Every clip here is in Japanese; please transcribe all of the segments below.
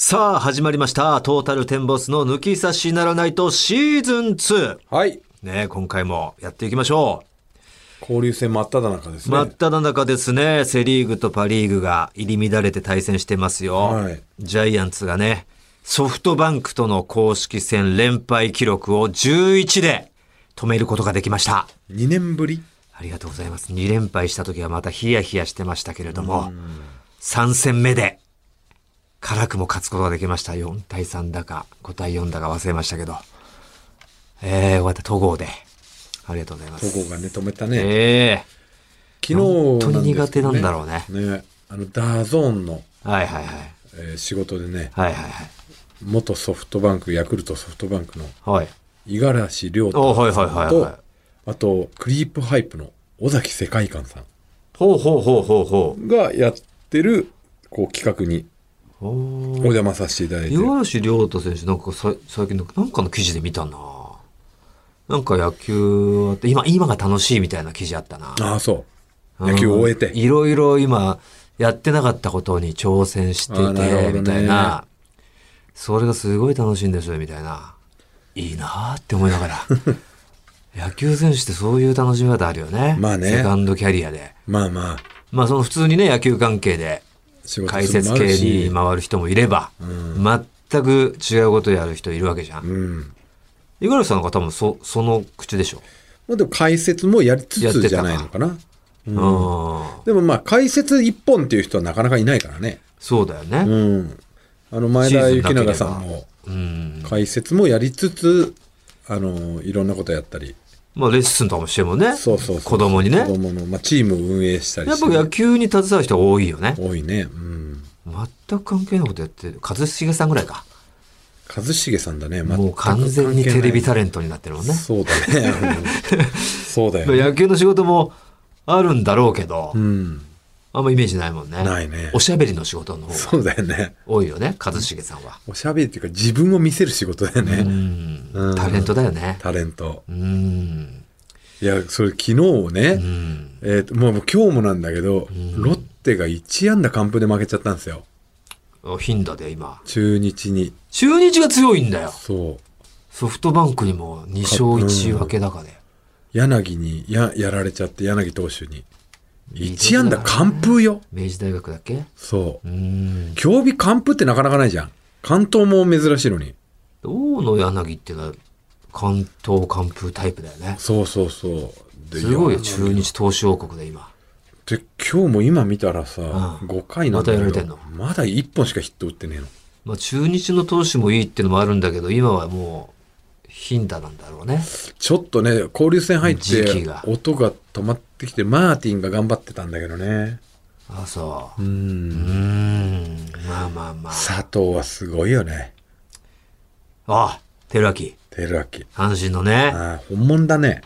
さあ始まりましたトータルテンボスの抜き差しならないとシーズン2。 はいね、今回もやっていきましょう。交流戦真っ只中ですね。 真っ只中ですね。セリーグとパリーグが入り乱れて対戦してますよ、 はい、 ジャイアンツがね、ソフトバンクとの公式戦連敗記録を11で止めることができました。 2年ぶり。 ありがとうございます。2連敗した時はまたヒヤヒヤしてましたけれども、3戦目で辛くも勝つことができました。4対3だか5対4だか忘れましたけど、終わった戸郷でありがとうございます。 戸郷がね止めたね。昨日本当に苦手なんだろうね。 ダゾーンの、 はいはいはい、 仕事でね、 はいはいはい、 元ソフトバンクヤクルトソフトバンクのはい、 五十嵐亮太さんと、あとクリープハイプの尾崎世界観さんがやってるこう企画にお邪魔させていただいて。 五十嵐亮太選手なんか最近なんかの記事で見たな。なんか野球って今が楽しいみたいな記事あったな。 ああ、そう野球を終えていろいろ今やってなかったことに挑戦しててみたいな、それがすごい楽しいんですよみたいな。いいなって思いながら野球選手ってそういう楽しみ方あるよね。 まあね、 セカンドキャリアでまあその普通にね野球関係で解説系に回る人もいれば、全く違うことやる人いるわけじゃん。五十嵐さんの方もその口でしょ。 でも解説もやりつつじゃないのかな。でもまあ解説一本っていう人はなかなかいないからね。 そうだよね。 前田幸永さんも解説もやりつついろんなことやったり、 まあレッスンとかもしてもね。そう子供にね。 子供の、チームを運営したりして、 やっぱ野球に携わる人が多いよね。 多いね。 全く関係ないことやってる。一茂さんぐらいか。 一茂さんだね。 もう完全にテレビタレントになってるもんね。 そうだね。そうだよね。 野球の仕事もあるんだろうけど、あんまイメージないもんね。 ないね。 おしゃべりの仕事の方がそうだよね。 多いよね、一茂さんは。 おしゃべりっていうか自分を見せる仕事だよね。 タレントだよね。 タレント。いや、それ昨日ね、もう今日もなんだけど、ロッテが1安打完封で負けちゃったんですよ。 頻打で今。 中日に。 中日が強いんだよ。 そう。 ソフトバンクにも2勝1分けだかで。 柳にやられちゃって、柳投手に。1安打完封よ。 明治大学だっけ。 そう。競技完封ってなかなかないじゃん。完投も珍しいのに。 大野柳っていうのは完投完封タイプだよね。 そう。すごいよ、中日投手王国で今。 で、今日も今見たらさ、5回なんだけど、 またやられてんの？ まだ1本しかヒット打ってねえの。 まあ中日の投手もいいっていうのもあるんだけど、今はもう頻打なんだろうね。 ちょっとね、交流戦入って音が止まってきて、マーティンが頑張ってたんだけどね。 あ、そう。まあ。 佐藤はすごいよね。 あ、照明。阪神のね。 本物だね。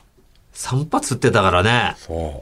3発打ってたからね。 そう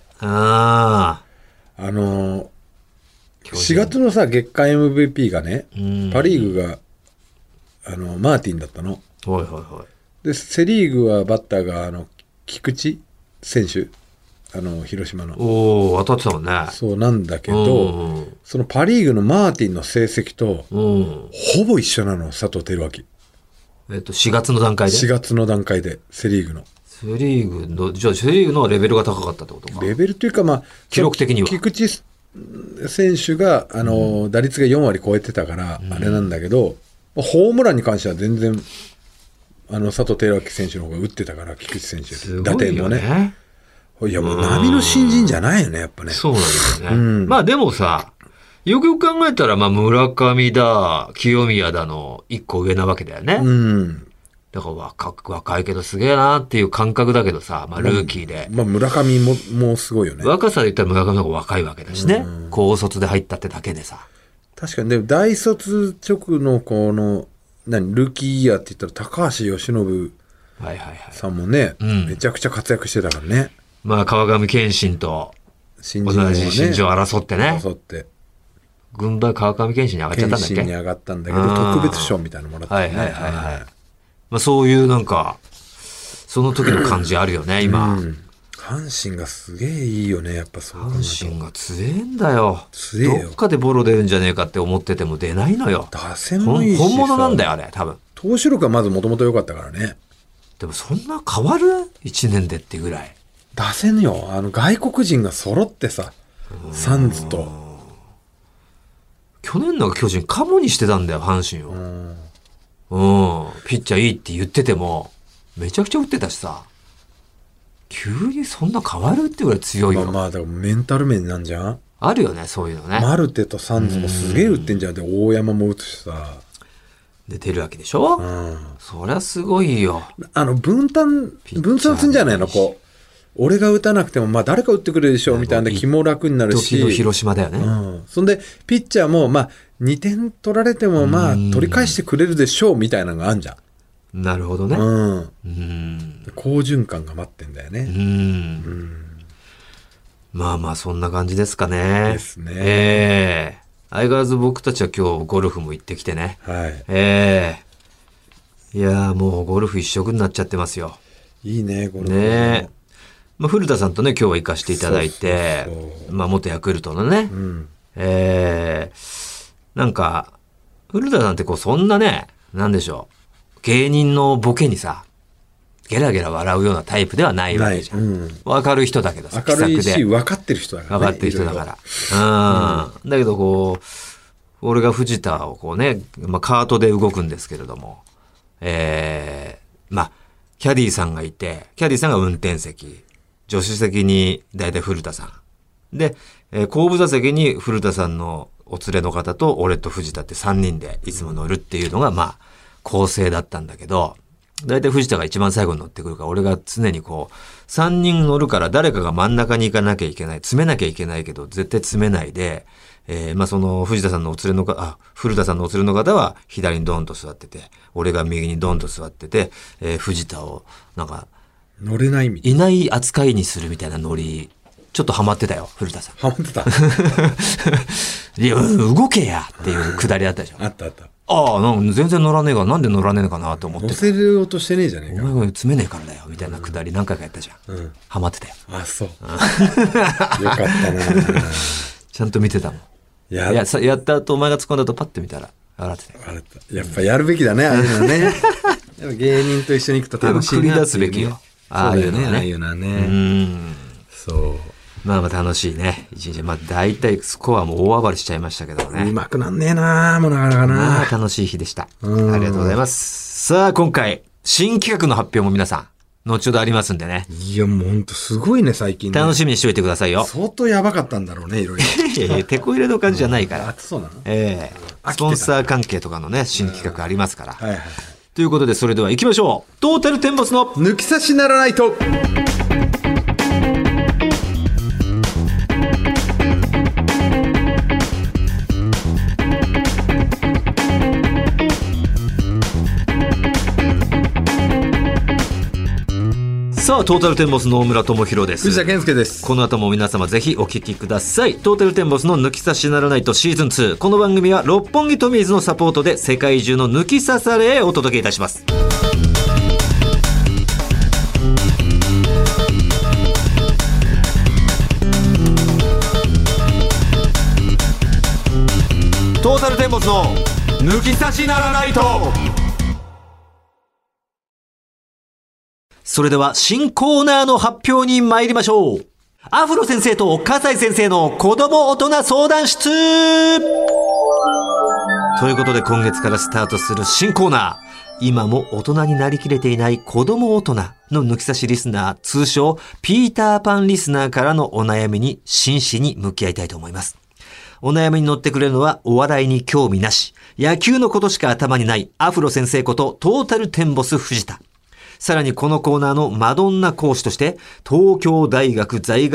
。4月のさ、月間 MVP がね、パリーグがマーティンだったの。で、セリーグはバッターが菊池選手、広島の。 当たってたもんね。 そうなんだけど、そのパリーグのマーティンの成績とほぼ一緒なの、佐藤輝明。 4月の段階で。 4月の段階でセリーグの。 セリーグの、じゃあセリーグのレベルが高かったってことか。 レベルというか、まあ、 記録的には。 菊池選手が、打率が4割超えてたから、あれなんだけど、ホームランに関しては全然、佐藤輝明選手の方が打ってたから、菊池選手。打点もね。いや、もう波の新人じゃないよね、やっぱね。 そうなんだよね。まあでもさ、よくよく考えたら、まあ村上だ、清宮だの1個上なわけだよね。だから若いけどすげえなっていう感覚だけどさ、まあルーキーで。 まあ村上もすごいよね。 若さで言ったら村上の方が若いわけだしね。高卒で入ったってだけでさ。 確かに、でも大卒直のこの、ルーキーイヤーって言ったら高橋由伸さんもね、めちゃくちゃ活躍してたからね。 まあ川上憲伸と同じ新人を争ってね。軍配川上憲伸に上がっちゃったんだっけ？ 憲伸に上がったんだけど、特別賞みたいなのもらったね。 まあそういうなんか、その時の感じあるよね、今。 阪神がすげえいいよね、やっぱそう考えると。 阪神が強えんだよ。 強えよどっかでボロ出るんじゃねえかって思ってても出ないのよ。 打線もいいしさ、 本物なんだよ、あれ、多分。 投手力はまずもともと良かったからね。 でもそんな変わる ?1 年でってぐらい。 打線よ、外国人が揃ってさ、サンズと。 去年の巨人カモにしてたんだよ、阪神を。ピッチャーいいって言ってても、めちゃくちゃ打ってたしさ。急にそんな変わるってぐらい強いよ。 まあだからメンタル面なんじゃん。 あるよね、そういうのね。 マルテとサンズもすげえ打ってんじゃん。で、大山も打つしさ。 出てるわけでしょ、そりゃすごいよ。 分散すんじゃないの、こう。俺が打たなくても、まあ誰か打ってくれるでしょ、みたいな気も楽になるし。 時の広島だよね。 そんで、ピッチャーも、まあ、2点取られても、まあ、取り返してくれるでしょう、みたいなのがあんじゃん。 なるほどね。 好循環が待ってんだよね。 まあまあ、そんな感じですかね。 ですね。 相変わらず僕たちは今日ゴルフも行ってきてね。 はい。 いやーもうゴルフ一色になっちゃってますよ。 いいね、ゴルフ。 ねまあ、古田さんとね、今日は行かせていただいて、まあ、元ヤクルトのね。なんか、古田さんってこう、そんなね、なんでしょう。芸人のボケにさ、ゲラゲラ笑うようなタイプではないわけじゃん。明るい人だけどさ、 明るいし、分かってる人だからね。 分かってる人だから。だけどこう、俺が藤田をこうね、まあ、カートで動くんですけれども、まあ、キャディーさんがいて、キャディーさんが運転席、助手席に大体古田さん。で、後部座席に古田さんのお連れの方と俺と藤田って3人でいつも乗るっていうのが、まあ、構成だったんだけど、大体藤田が一番最後に乗ってくるから、俺が常にこう、3人乗るから誰かが真ん中に行かなきゃいけない。詰めなきゃいけないけど、絶対詰めないで、まあその藤田さんのお連れの古田さんのお連れの方は左にドンと座ってて、俺が右にドンと座ってて、藤田をなんか、 乗れないみたいな。いない扱いにするみたいなノリ、ちょっとハマってたよ、古田さん。 ハマってたいや、動けやっていうくだりあったでしょ。 あったあった。 ああ、全然乗らねえが、なんで乗らねえのかなと思って。 乗せようとしてねえじゃねえか。 お前が詰めねえからだよ、みたいなくだり何回かやったじゃん。ハマってたよ。 あ、そう。よかったなちゃんと見てたもん。やった後、お前が突っ込んだ後パッと見たら、笑ってたよ。 笑った。やっぱやるべきだね、ああいうのね。やっぱ芸人と一緒に行くと楽しいなっていうね。 繰り出すべきよ。 ああいうのね。ああいうのはね。そう。 まあまあ楽しいね。一日。まあ大体スコアも大暴れしちゃいましたけどね。 うまくなんねえなもうなかなかな。 まあ楽しい日でした。ありがとうございます。さあ今回、新企画の発表も皆さん、後ほどありますんでね。 いやもうほんとすごいね、最近ね。 楽しみにしておいてくださいよ。 相当やばかったんだろうね、いろいろ。 手こ入れの感じじゃないから。 あ、そうなの？ スポンサー関係とかのね、新企画ありますから。 はいはい。 ということで、それでは行きましょう。トータルテンボスの抜き差しならないと。 さあ、トータルテンボスの大村智弘です。 藤田健介です。 この後も皆様ぜひお聞きください。トータルテンボスの抜き差しならないとシーズン2。この番組は六本木トミーズのサポートで世界中の抜き差されへお届けいたします。トータルテンボスの抜き差しならないと。それでは新コーナーの発表に参りましょう。アフロ先生と笠井先生の子供大人相談室ということで今月からスタートする新コーナー。今も大人になりきれていない子供大人の抜き差しリスナー、通称ピーターパンリスナーからのお悩みに真摯に向き合いたいと思います。お悩みに乗ってくれるのはお笑いに興味なし、野球のことしか頭にないアフロ先生ことトータルテンボス藤田。さらにこのコーナーのマドンナ講師として、東京大学大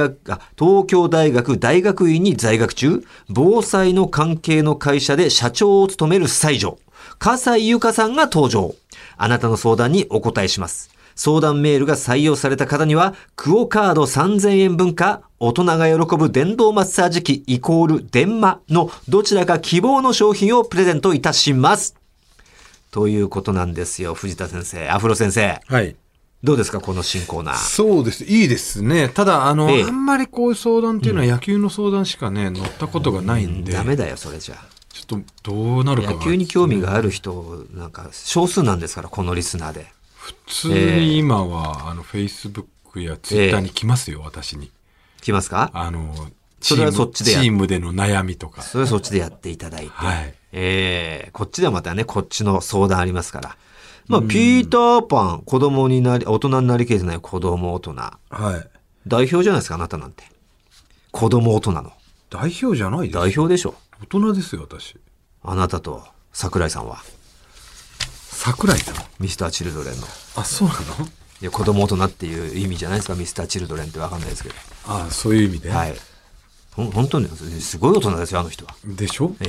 学院に在学中、防災の関係の会社で社長を務める西条、笠井由香さんが登場。あなたの相談にお答えします。相談メールが採用された方には、クオカード3000円分か、大人が喜ぶ電動マッサージ機=電マのどちらか希望の商品をプレゼントいたします。ということなんですよ、藤田先生、アフロ先生。 はい。 どうですかこの新コーナー。 そうです。いいですね。ただ、 ええあんまりこういう相談っていうのは野球の相談しかね、乗ったことがないんで。 ダメだよ、それじゃ。 ちょっとどうなるかが野球に興味がある人、なんか少数なんですから、このリスナーで。 普通に今は、Facebook や Twitter に来ますよ、私に。 来ますか？ チそれはそっちでやームでの悩みとか。 それはそっちでやっていただいて。 はい。 こっちではまたね、こっちの相談ありますから。まあ、ピーターパン、大人になりきれてない子供大人。 はい。 代表じゃないですか、あなたなんて。子供大人の。 代表じゃないですよ。 代表でしょ。 大人ですよ、私。 あなたと桜井さんは。 桜井さん。 ミスターチルドレンの。 あ、そうなの？ いや、子供大人っていう意味じゃないですか、ミスターチルドレンってわかんないですけど。 あ、そういう意味で。 はい。本当に、すごい大人ですよ、あの人は。 でしょ？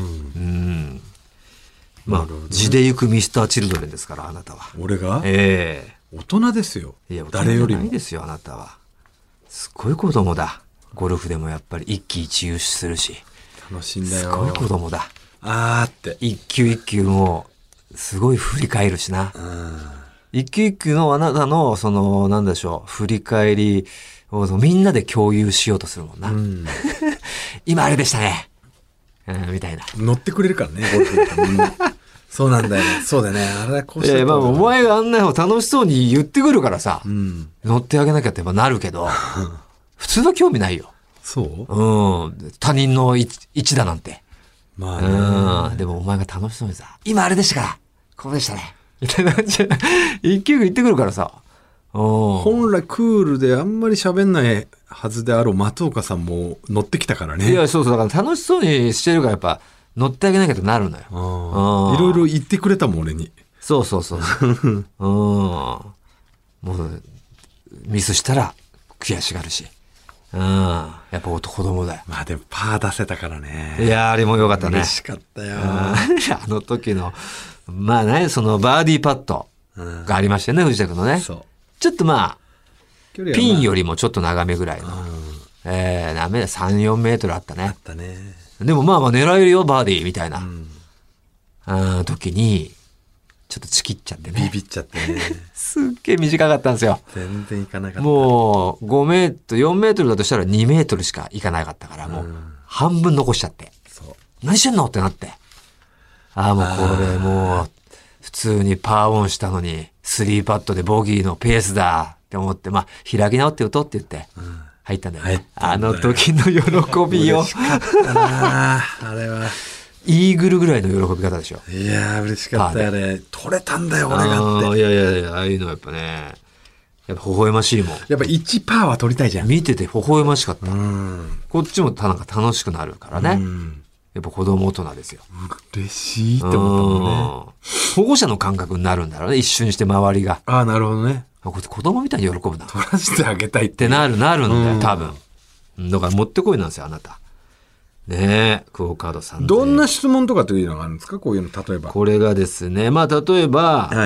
まあ、地で行くミスターチルドレンですから、あなたは。 俺が？大人ですよ。 いや、 誰よりも。 ないですよ、あなたは。すごい子供だ。ゴルフでもやっぱり一喜一憂するし。 楽しいんだよ。 すごい子供だ。 あーって。 一球一球も、すごい振り返るしな。一球一球のあなたの、なんでしょう、振り返りをみんなで共有しようとするもんな。今あれでしたね。みたいな。 乗ってくれるからね、ゴルフだとみんな。そうなんだよね。そうだよね。あれはこうして。 まあ、お前があんなの楽しそうに言ってくるからさ、乗ってあげなきゃってやっぱなるけど、普通は興味ないよ。 そう？ 他人の一打なんて。 まあね。 でもお前が楽しそうにさ、今あれでしたから、こうでしたね。みたいな感じで、一球言ってくるからさ。 本来クールであんまり喋んないはずであろう松岡さんも乗ってきたからね。 いや、そうそう、だから楽しそうにしてるからやっぱ乗ってあげなきゃとなるのよ。 いろいろ言ってくれたもん、俺に。 そうそうそう。もう、ミスしたら悔しがるし。やっぱ子供だよ。 まあでもパー出せたからね。 いやー、あれもよかったね。 嬉しかったよ。 あの時の、まあね、そのバーディーパットがありましたよね、藤田君のね。 そう。 ちょっとまあ、 距離はピンよりもちょっと長めぐらいの。何メートル ?3、4メートルあったね。 あったね。 でもまあまあ狙えるよ、バーディーみたいな。時に、ちょっとチキっちゃってね。 ビビっちゃってね。 すっげえ短かったんですよ。 全然いかなかった。 もう、5メートル、4メートルだとしたら2メートルしかいかなかったから、もう、半分残しちゃって。 そう。 何してんのってなって。もうこれもう、普通にパーオンしたのに、3パットでボギーのペースだって思って、まあ、開き直って打とうって言って、入ったんだよね。あの時の喜びよ。 嬉しかったなあれは。 イーグルぐらいの喜び方でしょ。 いやー、嬉しかったよね。取れたんだよ、俺がって。 いや、ああいうのやっぱね、やっぱ微笑ましいもん。 やっぱ1パーは取りたいじゃん。 見てて微笑ましかった。こっちもなんか楽しくなるからね。やっぱ子供大人ですよ。 嬉しいって思ったもんね。 保護者の感覚になるんだろうね。一瞬して周りが。 ああ、なるほどね。 こいつ子供みたいに喜ぶな。 取らせてあげたいってなるんだよ、多分。だから持ってこいなんですよ、あなた。ねえ、クオカードさん。 どんな質問とかというのがあるんですか？こういうの、例えば。 これがですね、まあ、例えば、 はい、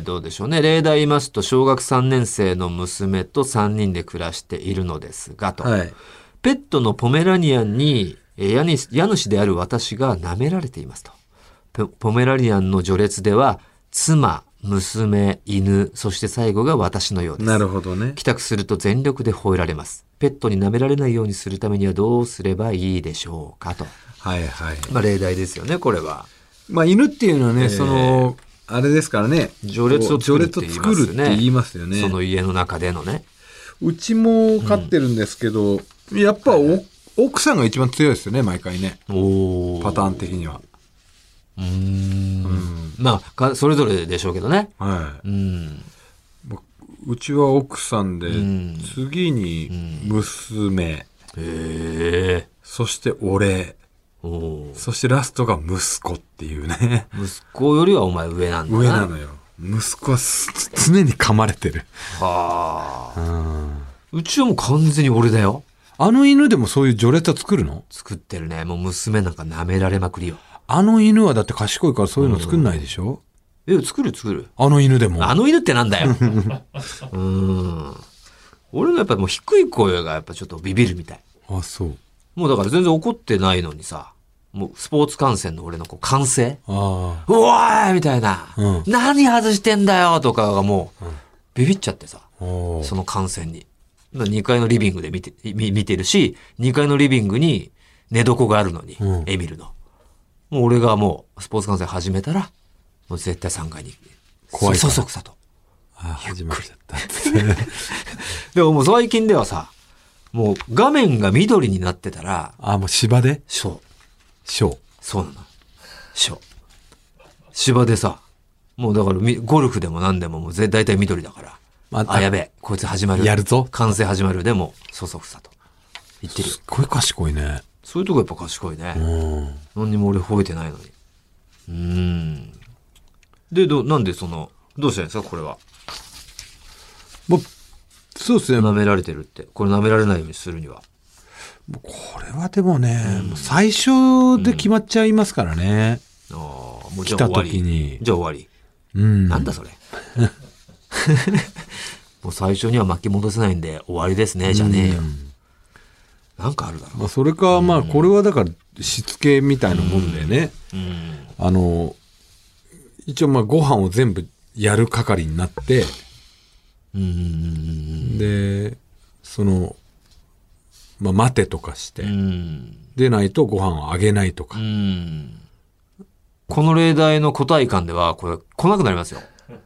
どうでしょうね。例題言いますと、小学3年生の娘と3人で暮らしているのですが、と。 はい。 ペットのポメラニアンに、家主である私が舐められていますと。ポメラニアンの序列では、妻、娘、犬、そして最後が私のようです。 なるほどね。 帰宅すると全力で吠えられます。ペットに舐められないようにするためにはどうすればいいでしょうかと。 はいはい。 まあ例題ですよね、これは。 まあ犬っていうのはね、あれですからね。 序列を作るって言いますよね。 その家の中でのね。 うちも飼ってるんですけど、やっぱ奥さんが一番強いですよね、毎回ね。パターン的には。 まあ、それぞれでしょうけどね。 はい。うちは奥さんで、次に娘、そして俺、そしてラストが息子っていうね。 息子よりはお前上なんだな。 上なのよ。息子は常に噛まれてる。 はあ。うちはもう完全に俺だよ。 あの犬でもそういう序列は作るの？ 作ってるね。もう娘なんか舐められまくりよ。 あの犬はだって賢いからそういうの作んないでしょ？ 作る。 あの犬でも。 あの犬ってなんだよ。俺のやっぱもう低い声がやっぱちょっとビビるみたい。 あ、そう。 もうだから全然怒ってないのにさ、 もうスポーツ観戦の俺のこう歓声、 あうわーいみたいな、 うん何外してんだよとかがもう、ビビっちゃってさ、 あ。おーその観戦に。2階のリビングで見てるし、2階のリビングに寝床があるのに、 うんエミルの。もう俺がもうスポーツ観戦始めたら、もう絶対3階に。 怖いからそそくさと。 始まっちゃった。 でももう最近ではさ、もう画面が緑になってたら、 あ、もう芝でそう。 ショー。 そうなの。芝でさ、もうだからゴルフでも何でももう大体緑だから。やべえ、こいつ始まる。 やるぞ完成始まる。でも、そそくさと。言ってるよ。 すっごい賢いね。 そういうとこやっぱ賢いね。 うん。 何にも俺吠えてないのに。で、なんでどうしたんですかこれは。 もう、そうですね。 舐められてるって。これ舐められないようにするには。 これはでもね、もう最初で決まっちゃいますからね。 ああ、もうじ来たゃあ終わり。 時に。 じゃあ終わり。 うん。 なんだそれ。もう最初には巻き戻せないんで終わりですね。じゃねえよ。なんかあるだろまあ、それか、まあ、これはだから、しつけみたいなもんでね。 う。 一応、まあ、ご飯を全部やる係になって、で、まあ、待てとかして、でないとご飯をあげないとか。 この例題の答え感では、これ来なくなりますよ。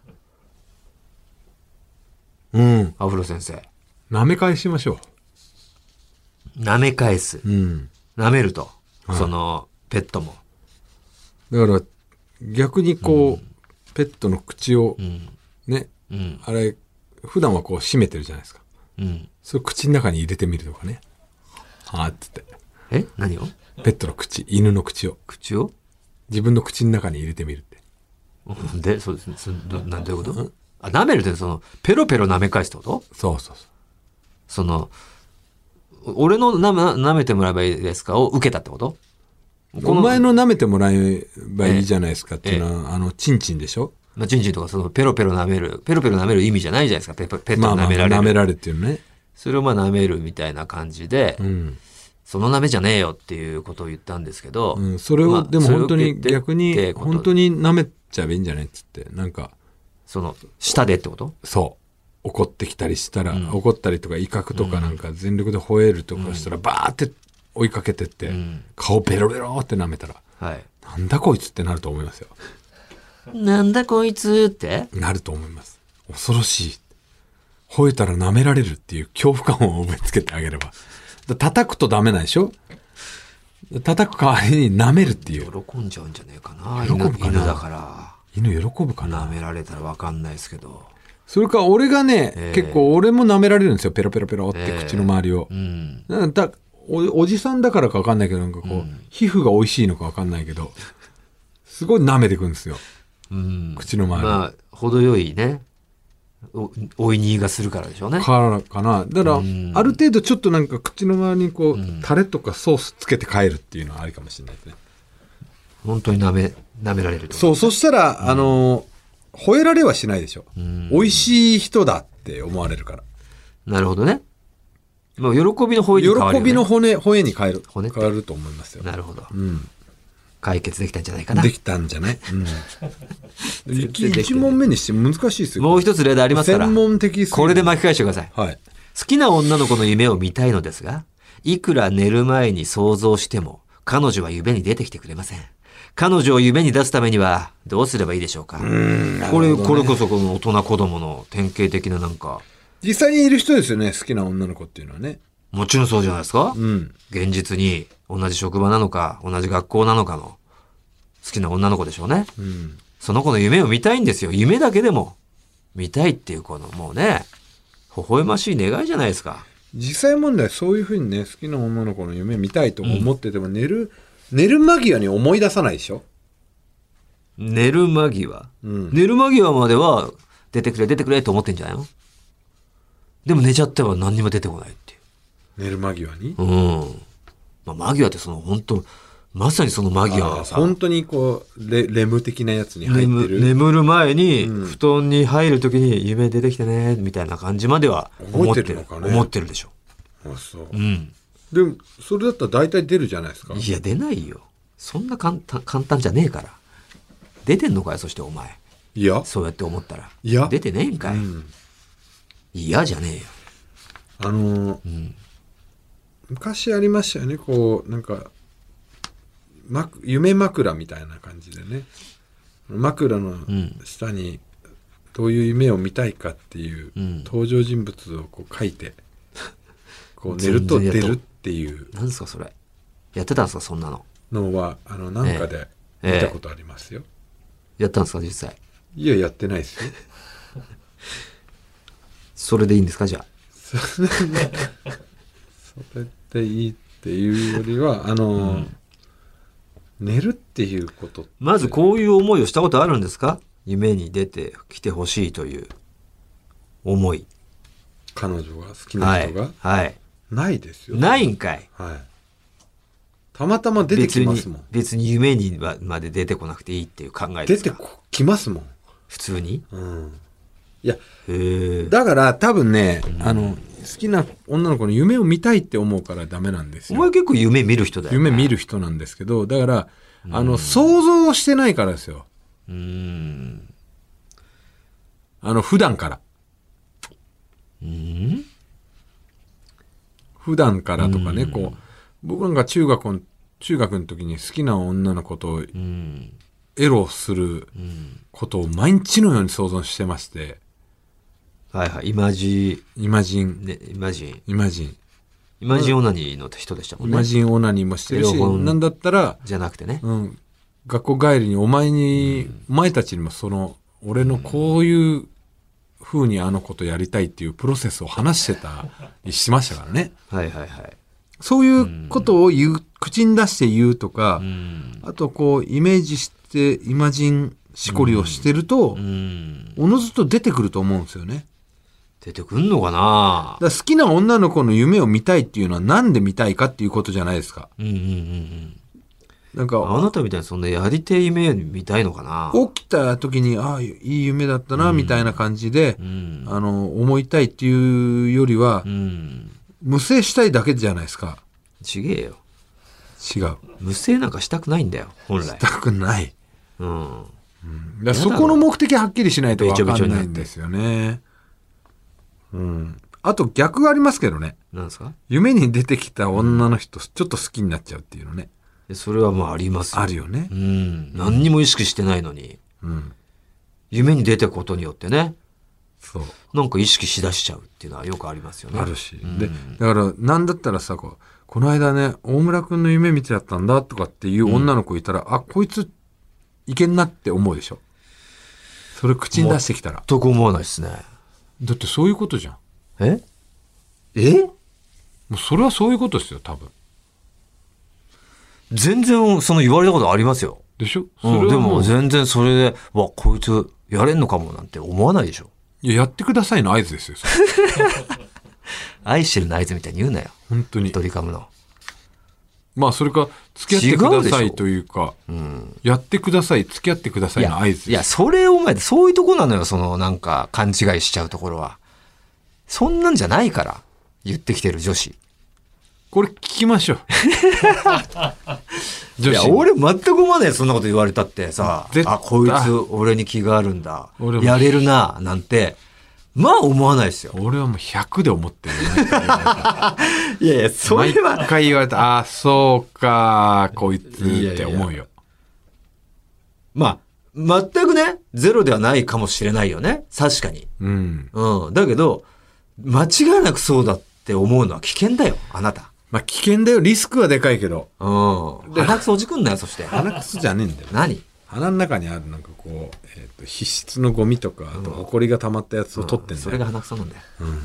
うん。 アフロ先生。 舐め返しましょ舐め返す。 う。うん。 舐めると。 はいペットも。 だから、逆にこう、ペットの口を、ね、あれ、普段はこう閉めてるじゃないですか。それ口の中に入れてみるとかね。はーっつって。 え何をペットの口、犬の口を。 口を自分の口の中に入れてみるって。 で、そうですね。どういうこと舐めるってペロペロ舐め返すってことそうそうそう。 俺の舐めてもらえばいいですかを受けたってことお前の舐めてもらえばいいじゃないですかっていうのは、チンチンでしょ。 まあ、チンチンとかペロペロ舐める意味じゃないじゃないですか。ペットまあまあ、 を舐められる。 舐められるっていうのね。 それをまあ舐めるみたいな感じで、 うん。 その舐めじゃねえよっていうことを言ったんですけど、 うん、それを、 まあでも本当にそれを受けて逆にって、こと本当に舐めちゃえばいいんじゃないっつって、なんか、 舌でってことそう。怒ってきたりしたら、怒ったりとか威嚇とかなんか全力で吠えるとかしたら、バーって追いかけてって、顔ベロベロって舐めたら、 はい。 なんだこいつってなると思いますよ。 なんだこいつってなると思います。恐ろしい。吠えたら舐められるっていう恐怖感を植え付けてあげれば。叩くとダメなんでしょ。叩く代わりに舐めるっていう。 喜んじゃうんじゃねえかな。 喜ぶかな犬だから。 犬喜ぶかな。 舐められたらわかんないですけど。 それか俺がね、結構俺も舐められるんですよ。ペロペロペロって口の周りを。なんかおじさんだからかわかんないけど、なんかこう、皮膚が美味しいのかわかんないけど、すごい舐めてくんですよ。口の周り。 まあ、程よいね、おいにがするからでしょうね。 からかな。だから、ある程度ちょっとなんか口の周りにこう、タレとかソースつけて帰るっていうのはありかもしれないですね。 本当に舐められると。 そう、そしたら、吠えられはしないでしょ。美味しい人だって思われるから。 なるほどね。もう喜びの吠えに変わるよね。 喜びの吠えに変わると思いますよ。 なるほど。 うん。 解決できたんじゃないかな。 できたんじゃない、1問目にして難しいですよ。 もう一つ例題ありますから。 専門的すぎるこれで巻き返してください。 はい。 好きな女の子の夢を見たいのですが、いくら寝る前に想像しても、彼女は夢に出てきてくれません。彼女を夢に出すためには、どうすればいいでしょうか。これこそこの大人子供の典型的ななんか。 実際にいる人ですよね、好きな女の子っていうのはね。 もちろんそうじゃないですか。 うん。 現実に同じ職場なのか、同じ学校なのかの好きな女の子でしょうね。 うん。 その子の夢を見たいんですよ。夢だけでも見たいっていうこのもうね、微笑ましい願いじゃないですか。 実際問題そういうふうにね、好きな女の子の夢見たいと思ってても、寝る間際に思い出さないでしょ。 寝る間際、寝る間際までは出てくれと思ってんじゃないの。でも寝ちゃっては何にも出てこないっていう。 寝る間際に、 まあ、間際って本当まさにその間際はさ、 本当にこうレム的なやつに入ってる。 眠る前に布団に入るときに夢出てきてねみたいな感じまでは思ってる。思ってるでしょ。 あ、そう。でもそれだったら大体出るじゃないですか。 いや出ないよ。 そんな簡単じゃねえから。出てんのかよ、そしてお前。 いや、 そうやって思ったら。 いや出てねえんかい。嫌じゃねえよ。 昔ありましたよね、こう、なんか、夢枕みたいな感じでね。枕の下にどういう夢を見たいかっていう登場人物をこう書いて、こう寝ると出るっていう。 なんですか、それ。やってたんですか、そんなの。 のは、なんかで見たことありますよ。 やったんですか、実際。 いや、やってないですよ。 それでいいんですか、じゃあ。 それでいいっていうよりは、寝るっていうことって。 まずこういう思いをしたことあるんですか？夢に出てきてほしいという思い。 彼女が好きな人が、 はい。 ないですよ。 ないんかい。 はい。たまたま出てきますもん。 別に夢にまで出てこなくていいっていう考えですか？ 出てきますもん。 普通に？ いや、 へだから多分ね、好きな女の子の夢を見たいって思うからダメなんですよ。 お前結構夢見る人だよね。 夢見る人なんですけど、だから、想像してないからですよ。普段から。普段からとかね、こう、僕なんか中学の時に好きな女の子とエロすることを毎日のように想像してまして。 はいはい。イマジン。 イマジンオナニーの人でしたもんね。 イマジンオナニーもしてるし、なんだったら、 じゃなくてね。 学校帰りにお前たちにも俺のこういう風にあのことやりたいっていうプロセスを話してたりしましたからね。 はいはいはい。 そういうことを口に出して言うとか、あとこうイメージしてイマジンしこりをしてると、おのずと出てくると思うんですよね。 出てくんのかな？ だから好きな女の子の夢を見たいっていうのはなんで見たいかっていうことじゃないですか。なんかあなたみたいにそんなやりてえ夢見たいのかな？ 起きた時にいい夢だったなみたいな感じで、思いたいっていうよりは、無精したいだけじゃないですか。 ちげえよ。 違う。 無精なんかしたくないんだよ、本来。 したくない。だそこの目的はっきりしないと分かんないんですよね。あと逆がありますけどね。 なんですか？ 夢に出てきた女の人、ちょっと好きになっちゃうっていうのね。 それはまあありますよ。 あるよね。 何にも意識してないのに。夢に出てくことによってね。 そう。 なんか意識しだしちゃうっていうのはよくありますよね。 あるし。で、だからなんだったらさ、この間ね、大村くんの夢見てたんだとかっていう女の子いたら、こいついけんなって思うでしょ。それ口に出してきたら。 全く思わないですね。 だってそういうことじゃん。 えもうそれはそういうことですよ、多分。 全然その言われたことありますよ。 でしょ？ でも全然それで、こいつやれんのかもなんて思わないでしょ。 いや、やってくださいの合図ですよ。 愛してるの合図みたいに言うなよ。 本当に。 ドリカムの。 まあそれか付き合ってくださいというか、やってください、付き合ってくださいの合図。 いや、それお前そういうとこなのよ、なんか勘違いしちゃうところは。そんなんじゃないから、言ってきてる女子。 これ聞きましょう。 いや、俺全く思わないよ、そんなこと言われたってさ。こいつ俺に気があるんだ。やれるな、なんて。まあ思わないですよ。 俺はもう100で思ってるよね。 いやいや、それは。 毎回言われた、そうか、こいつって思うよ。 まあ、全くね、ゼロではないかもしれないよね。確かに。だけど、間違いなくそうだって思うのは危険だよ、あなた。 まあ危険だよ、リスクはでかいけど。 鼻くそおじくんなよ、そして。 鼻くそじゃねえんだよ。 何？ 鼻の中にあるなんかこう、皮質のゴミとか、あとホコリが溜まったやつを取ってんだよ。 それが鼻くそなんだよ。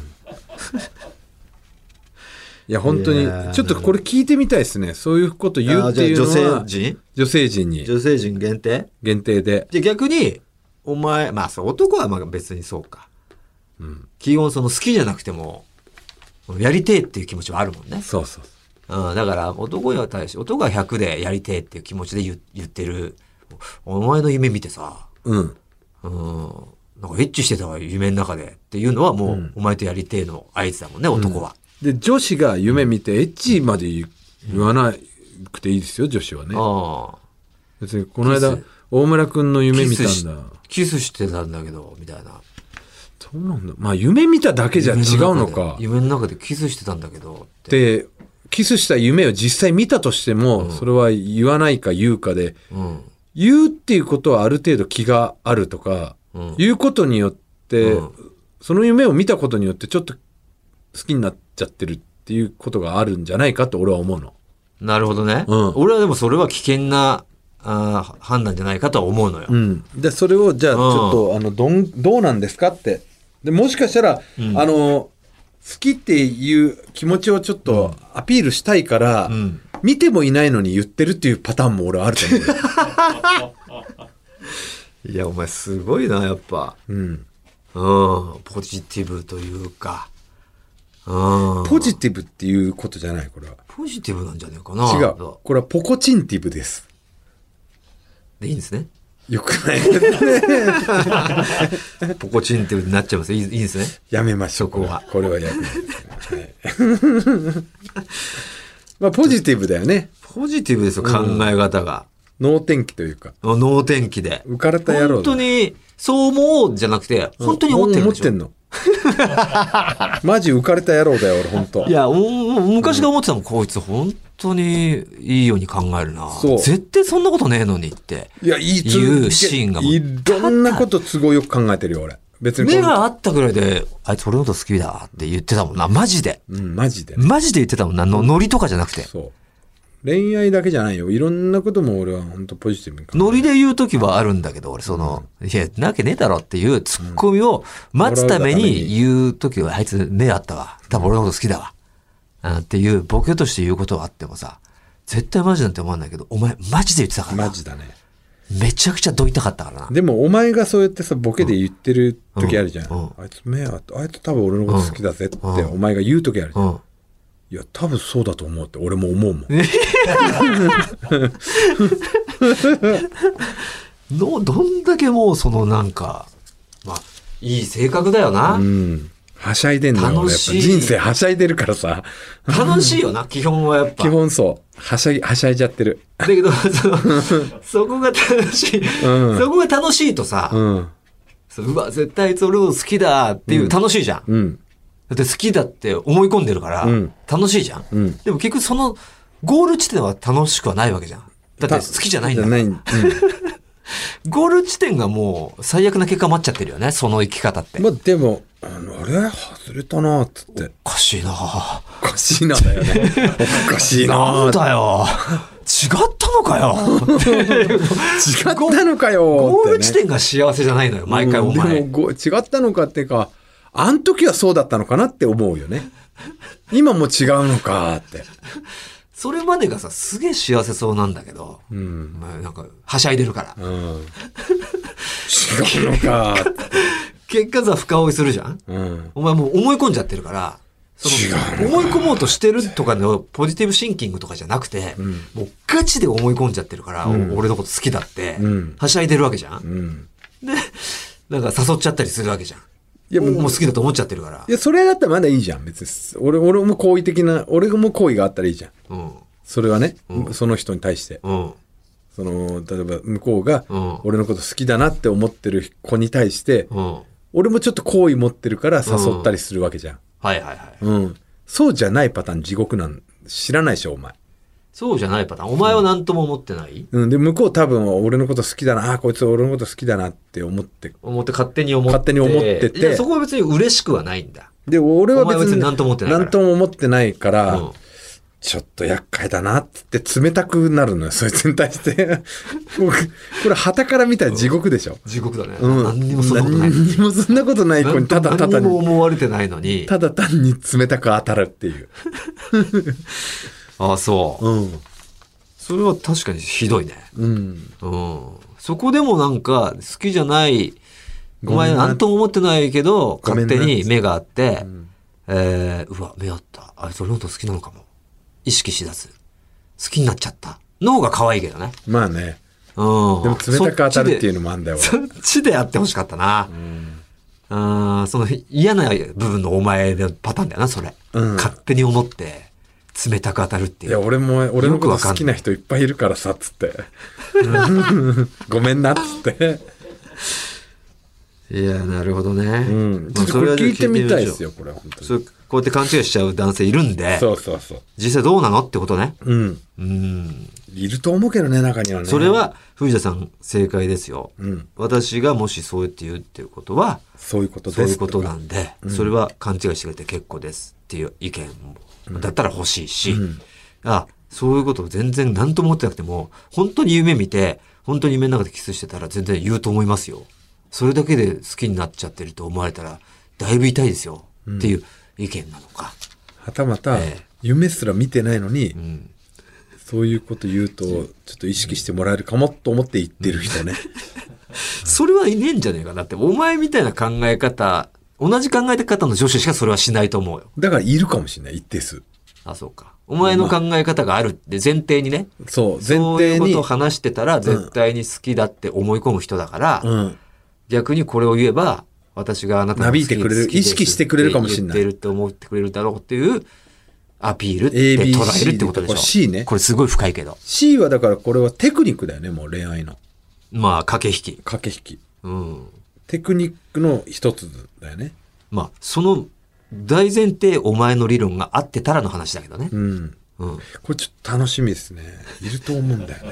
いや、本当に、ちょっとこれ聞いてみたいですね。そういうこと言うっていうのは。女性陣に。 女性陣限定？ 限定で。 で、逆に、お前、まあそう、男はまあ別にそうか。基本好きじゃなくても、やりてえっていう気持ちはあるもんね。 そうそう。 だから男は男は100でやりてえっていう気持ちで言ってる。お前の夢見てさ、なんかエッチしてたわ、夢の中でっていうのはもう、お前とやりてえの合図だもんね、男は。 で、女子が夢見てエッチまで言わない、 くていいですよ女子はね。 ああ。 別にこの間キス大村君の夢見たんだ。 キスしてたんだけど、みたいな。 そうなんだ。まあ夢見ただけじゃ違うのか。 夢の中でキスしてたんだけどって。 で、キスした夢を実際見たとしても、それは言わないか言うかで、言うっていうことはある程度気があるとか、言うことによって、その夢を見たことによってちょっと好きになっちゃってるっていうことがあるんじゃないかと俺は思うの。 なるほどね。俺はでもそれは危険な判断じゃないかとは思うのよ。 でそれをじゃあちょっとどうなんですかって。でもしかしたら、好きっていう気持ちをちょっとアピールしたいから、見てもいないのに言ってるっていうパターンも俺はあると思う。 いやお前すごいなやっぱ。ポジティブというか。 ポジティブっていうことじゃないこれは。 ポジティブなんじゃねえかな。 違う。これはポコチンティブです。 でいいんですね。 よくないですね。ポコチンティブになっちゃいます。いいですね。 やめましょう。 そこは。 これはやめます、ね。まあポジティブだよね。 ポジティブですよ、考え方が。 能天気というか。 能天気で。 浮かれた野郎。 本当に、そう思うじゃなくて、本当に思ってるんでしょ。 思ってんの。マジ浮かれた野郎だよ、俺、本当。 いや、昔から思ってたもん、こいつ本当にいいように考えるな。 そう。 絶対そんなことねえのにって。 いや、 いうシーンがもう。 いろんなこと都合よく考えてるよ、俺。別に。 目があったぐらいで、あいつ俺のこと好きだって言ってたもんな、マジで。 マジで。 マジで言ってたもんな、ノリとかじゃなくて。 そう。恋愛だけじゃないよ。いろんなことも俺は本当ポジティブに考える。 ノリで言うときはあるんだけど、俺いや、なわけねえだろっていうツッコミを待つために言うときは、あいつ目あったわ。多分俺のこと好きだわ。っていうボケとして言うことはあってもさ、絶対マジなんて思わないけど、お前マジで言ってたからな。 マジだね。 めちゃくちゃどいたかったからな。 でもお前がそうやってさ、ボケで言ってる時あるじゃん。あいつ目あった。あいつ多分俺のこと好きだぜってお前が言う時あるじゃん。いや、多分そうだと思うって俺も思うもん。 どんだけもうなんか、まあ、いい性格だよな。 はしゃいでんのよ。 楽しい。 人生はしゃいでるからさ。 楽しいよな、基本はやっぱ。 基本そう。はしゃいじゃってる。 だけど、そこが楽しい。そこが楽しいとさ、うわ、絶対あいつ俺の好きだっていう楽しいじゃん。だって好きだって思い込んでるから、楽しいじゃん。でも結局そのゴール地点は楽しくはないわけじゃん。だって好きじゃないんだから。ゴール地点がもう最悪な結果待っちゃってるよね、その生き方って。 まあでも、あれ外れたなっつって。 おかしいなおかしいなだよね。おかしいななんだよ。違ったのかよ。 違ったのかよ。 ゴール地点が幸せじゃないのよ、毎回お前。 でも違ったのかっていうか、あん時はそうだったのかなって思うよね。今も違うのかって。 それまでがさ、すげえ幸せそうなんだけど、まあ、なんか、はしゃいでるから。 違うのかって。 結果さ、深追いするじゃん、お前もう思い込んじゃってるから、思い込もうとしてるとかのポジティブシンキングとかじゃなくて、もうガチで思い込んじゃってるから、俺のこと好きだって、はしゃいでるわけじゃん、で、なんか誘っちゃったりするわけじゃん。いやもう好きだと思っちゃってるから。 いや、それだったらまだいいじゃん、別に。俺も好意的な、俺も好意があったらいいじゃん。それはね、その人に対して。例えば向こうが、俺のこと好きだなって思ってる子に対して、俺もちょっと好意持ってるから誘ったりするわけじゃん。そうじゃないパターン地獄知らないでしょ、お前。 そうじゃないパターン。お前は何とも思ってない、 で、向こう多分俺のこと好きだな、こいつ俺のこと好きだなって思って勝手に思ってて。そこは別に嬉しくはないんだ。 で、俺は別に何とも思ってないから。 何とも思ってないから、ちょっと厄介だなって冷たくなるのよ、そいつに対して。これ旗から見たら地獄でしょ。 地獄だね。何にもそんなことない。 何にもそんなことない子にただ何にも思われてないのに。 ただ単に冷たく当たるっていう。 ああ、そう。それは確かにひどいね。そこでもなんか好きじゃない、お前何とも思ってないけど、勝手に目があって、うわ、目あった。あいつ俺のこと好きなのかも。意識しだす。好きになっちゃった。の方が可愛いけどね。 まあね。でも冷たく当たるっていうのもあんだよ。 そっちでやってほしかったな。その嫌な部分のお前のパターンだよな、それ。勝手に思って。 冷たく当たるっていう。 いや、俺のこと好きな人いっぱいいるからさ、つって。ごめんな、つって。 いや、なるほどね。 ちょっとこれ聞いてみたいですよ、これは本当に。 こうやって勘違いしちゃう男性いるんで。 そうそうそう。 実際どうなのってことね。 いると思うけどね、中にはね。 それは、藤田さん正解ですよ。私がもしそうやって言うっていうことは、 そういうことです。 そういうことなんで、それは勘違いしてくれて結構ですっていう意見も、だったら欲しいし、そういうことを全然何とも思ってなくても、本当に夢見て、本当に夢の中でキスしてたら全然言うと思いますよ。それだけで好きになっちゃってると思われたら、だいぶ痛いですよ。っていう意見なのか。 はたまた、夢すら見てないのに、そういうこと言うと、ちょっと意識してもらえるかもと思って言ってる人ね。 それはいねえんじゃねえかなって。お前みたいな考え方、同じ考え方の女子しかそれはしないと思うよ。 だからいるかもしれない、一定数。 あ、そうか。お前の考え方があるって前提にね。 そう、前提に。 そういうことを話してたら絶対に好きだって思い込む人だから、逆にこれを言えば、私があなたの好きなびいてくれる、意識してくれるかもしれない。 言ってるって思ってくれるだろうっていうアピールって捉えるってことでしょ。 C ね。 これすごい深いけど。 C はだからこれはテクニックだよね、もう恋愛の。 まあ、駆け引き。 駆け引き。テクニックの一つだよね。 まあ、その大前提お前の理論が合ってたらの話だけどね。 これちょっと楽しみですね。いると思うんだよね。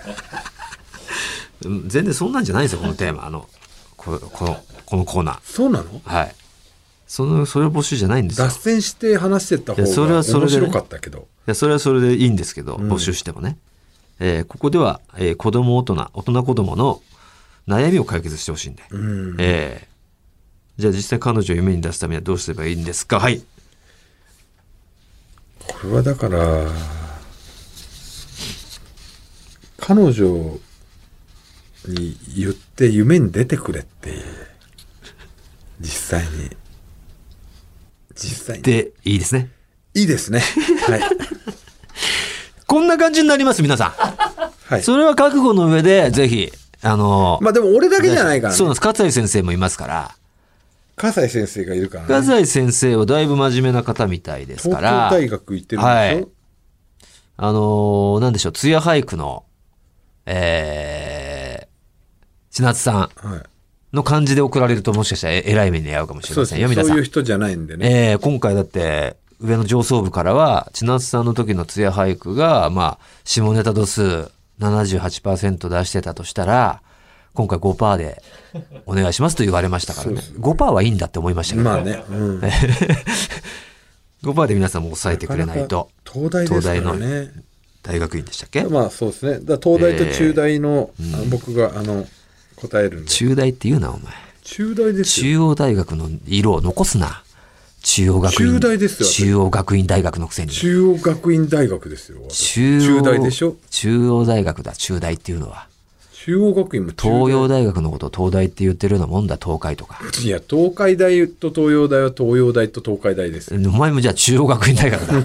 全然そんなんじゃないですよ、このテーマ。このコーナー。 そうなの？ はい。それを募集じゃないんですよ。 脱線して話してった方が面白かったけど。 いや、それはそれでいいんですけど、募集してもね。ここでは、大人子供の悩みを解決してほしいんで。じゃあ実際彼女を夢に出すためにはどうすればいいんですか？はい。 これはだから、彼女に言って夢に出てくれっていう。実際に。 で、いいですね。 いいですね。はい。 こんな感じになります、皆さん。はい。それは覚悟の上で、ぜひ、まあでも俺だけじゃないからね。 そうなんです。葛西先生もいますから。 葛西先生がいるからね。 葛西先生はだいぶ真面目な方みたいですから。 東京大学行ってるんでしょ？なんでしょう、艶俳句の、千夏さんの感じで送られるともしかしたら偉い目に遭うかもしれませんよ、皆さん。 そういう人じゃないんでね。 今回だって上の上層部からは千夏さんの時の艶俳句がまあ下ネタ度数 78% 出してたとしたら今回 5% でお願いしますと言われましたからね。5% はいいんだって思いましたけど。 まあね。 5% で皆さんも抑えてくれないと。 東大ですからね。 東大の大学院でしたっけ？ まあそうですね。だ東大と中大の、僕が答えるんで。 中大って言うなお前。 中大ですよ。 中央大学の色を残すな。中央学院。 中大ですよ。 中央学院大学のくせに。 中央学院大学ですよ。中大でしょ。 中央大学だ。中大っていうのは。 中央学院も東洋大学のことを東大って言ってるようなもんだ。東海とか。 いや東海大と東洋大は東洋大と東海大です。 お前もじゃあ中央学院大学だ。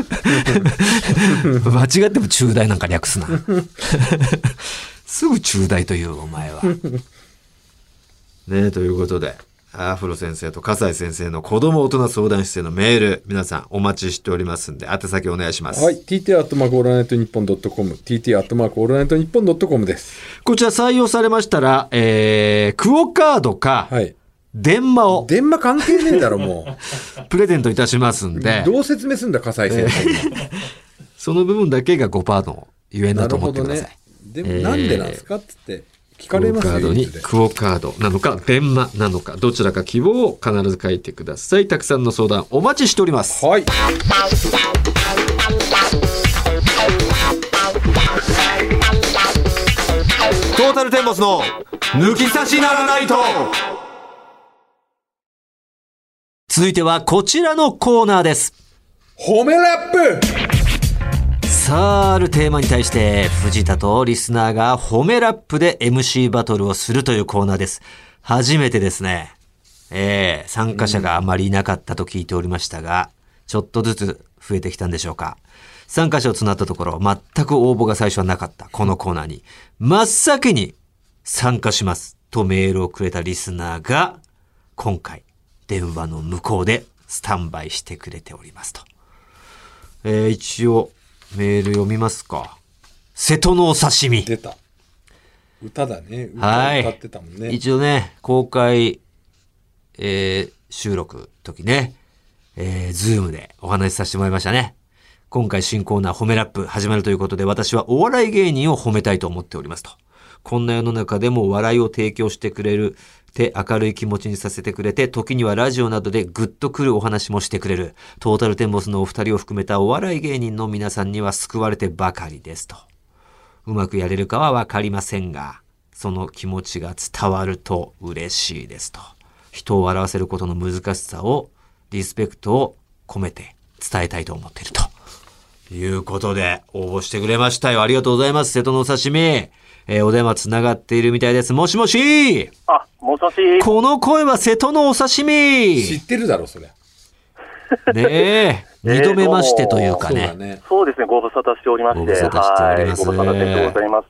間違っても中大なんか略すな。すぐ中大というお前は。ね、ということでアフロ先生と笠井先生の子供大人相談室へのメール皆さんお待ちしておりますんで宛先お願いします。 はい、tt@allnightnippon.com tt@allnightnippon.com です。 こちら採用されましたら、クオカードか、 はい、 電話を電話関係ねえだろもうプレゼントいたしますんでどう説明すんだ笠井先生その部分だけが 5% のゆえんだと思ってください。 ね、でもなんでなんですかっつって聞かれますよ。 クオカードにクオカードなのか電話なのかどちらか希望を必ず書いてください。たくさんの相談お待ちしております。 はい。 トータルテンボスの抜き差しならないと。続いてはこちらのコーナーです。 褒めラップ。 さあ、あるテーマに対して藤田とリスナーが褒めラップで MC バトルをするというコーナーです。初めてですね。参加者があまりいなかったと聞いておりましたが、ちょっとずつ増えてきたんでしょうか。参加者を募ったところ、全く応募が最初はなかったこのコーナーに、真っ先に参加しますとメールをくれたリスナーが、今回電話の向こうでスタンバイしてくれておりますと。 一応メール読みますか。瀬戸のお刺身。 出た。歌だね。 はい歌ってたもんね。 一応ね、公開、収録時ね、ズームでお話しさせてもらいましたね。今回新コーナー褒めラップ始まるということで、私はお笑い芸人を褒めたいと思っておりますと。こんな世の中でも笑いを提供してくれる、明るい気持ちにさせてくれて、時にはラジオなどでグッとくるお話もしてくれる、トータルテンボスのお二人を含めたお笑い芸人の皆さんには救われてばかりですと。うまくやれるかはわかりませんが、その気持ちが伝わると嬉しいですと。人を笑わせることの難しさを、リスペクトを込めて伝えたいと思っているということで応募してくれましたよ。ありがとうございます。瀬戸のお刺身。お電話つながっているみたいです。もしもし。 あ、もしもし。 この声は瀬戸のお刺身。 知ってるだろ、そりゃ。 ねえ。二度目ましてというかね。 そうだね。 そうですね、ご無沙汰しておりまして。 ご無沙汰しております。 はい、ご無沙汰でございます。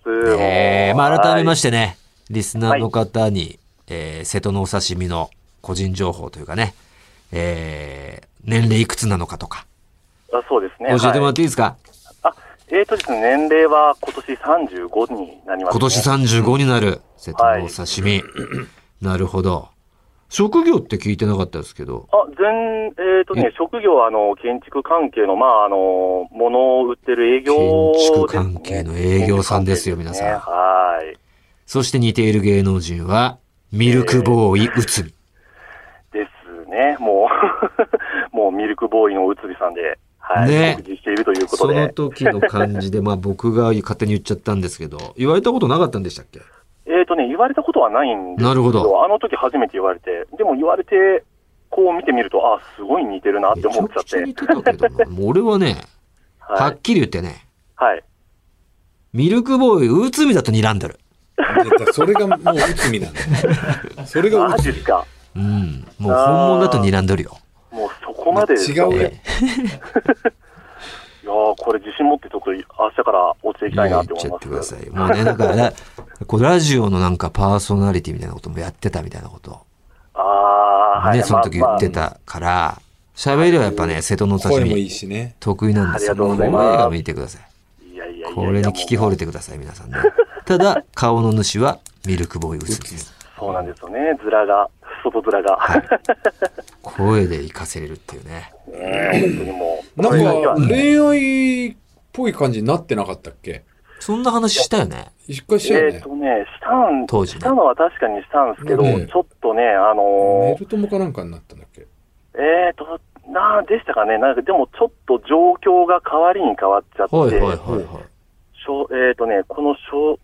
まあ改めましてね、リスナーの方に、瀬戸のお刺身の個人情報というかね、年齢いくつなのかとか。 あ、そうですね。 教えてもらっていいですか？ ですね、年齢は今年35になります、ね。 今年35になる瀬戸のお刺身。なるほど。職業って聞いてなかったですけど。 職業は建築関係の、物を売ってる営業ですね。建築です関係の営業さんですよ、皆さん。 はい。 そして似ている芸能人は、ミルクボーイ、内海。 ですね。もう、もうミルクボーイの内海さんで、はい。 ね。 告知しているということで。 その時の感じで、僕が勝手に言っちゃったんですけど、言われたことなかったんでしたっけ？ 言われたことはないんですけど、 なるほど。 あの時初めて言われて、でも言われて、こう見てみると、あ、すごい似てるなって思っちゃって。 めちゃくちゃ似てたけどな。もう俺はね、はっきり言ってね、 はい。 ミルクボーイ、内海だと睨んでる。 それがもう内海なんだ。それがマジですか。 うん。もう本物だと睨んでるよ。 もうそこまでです違うね。 いやー、これ自信持ってちょっと明日からお家行きたいなって思います。 言っちゃってください。もうね、だからこうラジオのなんかパーソナリティみたいなこともやってたみたいなこと。 はい。 ね、その時言ってたから、喋りはやっぱね、瀬戸のお刺声もい身いしね。 得意なんですよ。 ありがとうございます声が見てください。 いやいやいや。 これに聞き惚れてください、皆さんね。ただ、顔の主はミルクボーイ内海です。 そうなんですよね。面が、外面が。 はい。声で活かせれるっていうね。 本当にもう。 なんか恋愛っぽい感じになってなかったっけ？ そんな話したよね。 一回したよね。 当時ねしたのは確かにしたんですけど、 ねちょっとね、 メルトモかなんかになったんだっけ？ でしたかね。なんかでもちょっと状況が変わりに変わっちゃって、 はいはいはいはい。 この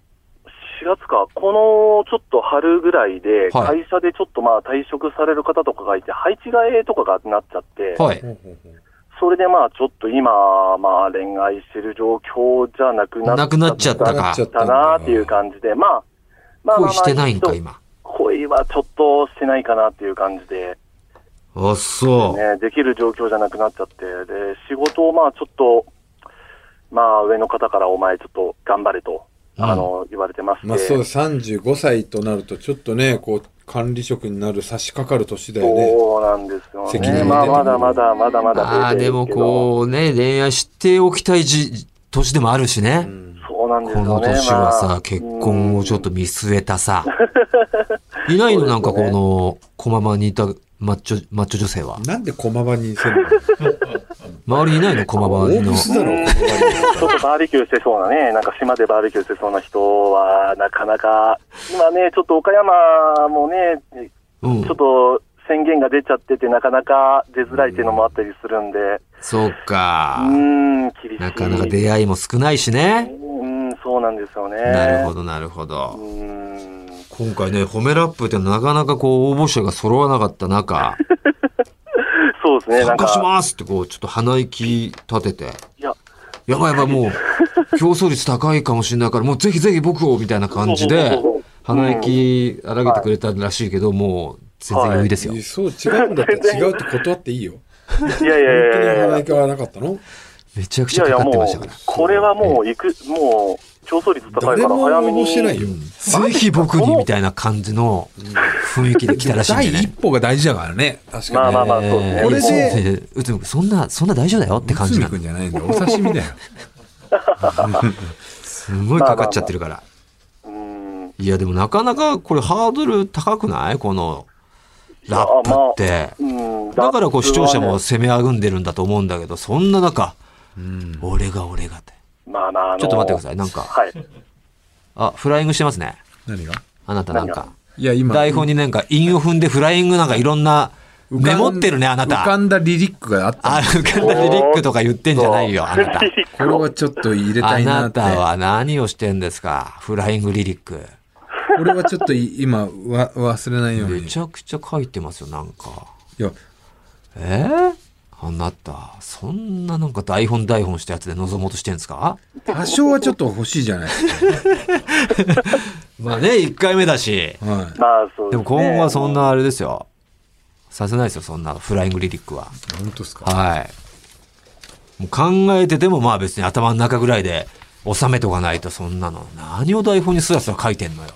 4月か、このちょっと春ぐらいで、 はい会社でちょっと退職される方とかがいて、配置換えとかがなっちゃって、 はい。 それでちょっと今、恋愛してる状況じゃなくなくなっちゃったか。 なっていう感じで、 恋してないんか、今。 恋はちょっとしてないかなっていう感じで、 あ、そう。 ね、できる状況じゃなくなっちゃって、で、仕事をちょっと、上の方からお前ちょっと頑張れと、言われてまして。 そう、35歳となるとちょっとね、こう、管理職になる差し掛かる年だよね。 そうなんですよね。 責任まだまだ。 でもこうね、恋愛しておきたい年でもあるしね。 そうなんですよね。 この年はさ、結婚をちょっと見据えたさ。いないのなんかこの、駒場にいたマッチョ女性は。 なんで駒場にせんの？ 周りにいないの駒場の。 大ブスだろ、駒場に。 ちょっとバーベキューしてそうなね、なんか島でバーベキューしてそうな人は、なかなか、今ね、ちょっと岡山もね、ちょっと宣言が出ちゃってて、なかなか出づらいっていうのもあったりするんで。 そうか。 厳しい。 なかなか出会いも少ないしね。 そうなんですよね。 なるほど、なるほど。今回ね、褒めラップってなかなかこう応募者が揃わなかった中、 そうですね、 参加しますってこう、ちょっと鼻息立てて、やばいもう、競争率高いかもしれないから、もうぜひぜひ僕をみたいな感じで、鼻息荒げてくれたらしいけど、もう全然余裕ですよ。 そう、違うんだったら違うって断っていいよ。 いや。 本当に鼻息はなかったの？ めちゃくちゃかかってましたから。 これはもう競争率高いから誰も早めに。 応募してないよ。 ぜひ僕にみたいな感じの雰囲気で来たらしいんでね。 第一歩が大事だからね。確かに。 まあそうですね。 これで内海君そんな大丈夫だよって感じなの。 内海君じゃないんだよ。お刺身だよ。 すごいかかっちゃってるから。いやでもなかなかこれハードル高くない？このラップって。だからこう視聴者も攻めあぐんでるんだと思うんだけど、そんな中、俺がって。ちょっと待ってください。なんか、 はい。 フライングしてますね。 何が？ あなたなんか。 いや今台本になんか韻を踏んでフライングなんかいろんなメモってるね、あなた。 浮かんだリリックがあったんだ。 浮かんだリリックとか言ってんじゃないよ、あなた。 これはちょっと入れたあいなって。 なたは何をしてんですか、フライングリリック。 これはちょっと今忘れないように。 めちゃくちゃ書いてますよ、なんか。 いや、 あなた、そんななんか台本したやつで臨もうとしてんですか？ 多少はちょっと欲しいじゃないですか。 まあね、1回目だし。 はい。 そうでも今後はそんなあれですよ。させないですよ、そんなフライングリリックは。 本当ですか？ はい。もう考えててもまあ別に頭の中ぐらいで収めとかないと、そんなの。何を台本にスラスラ書いてんのよ。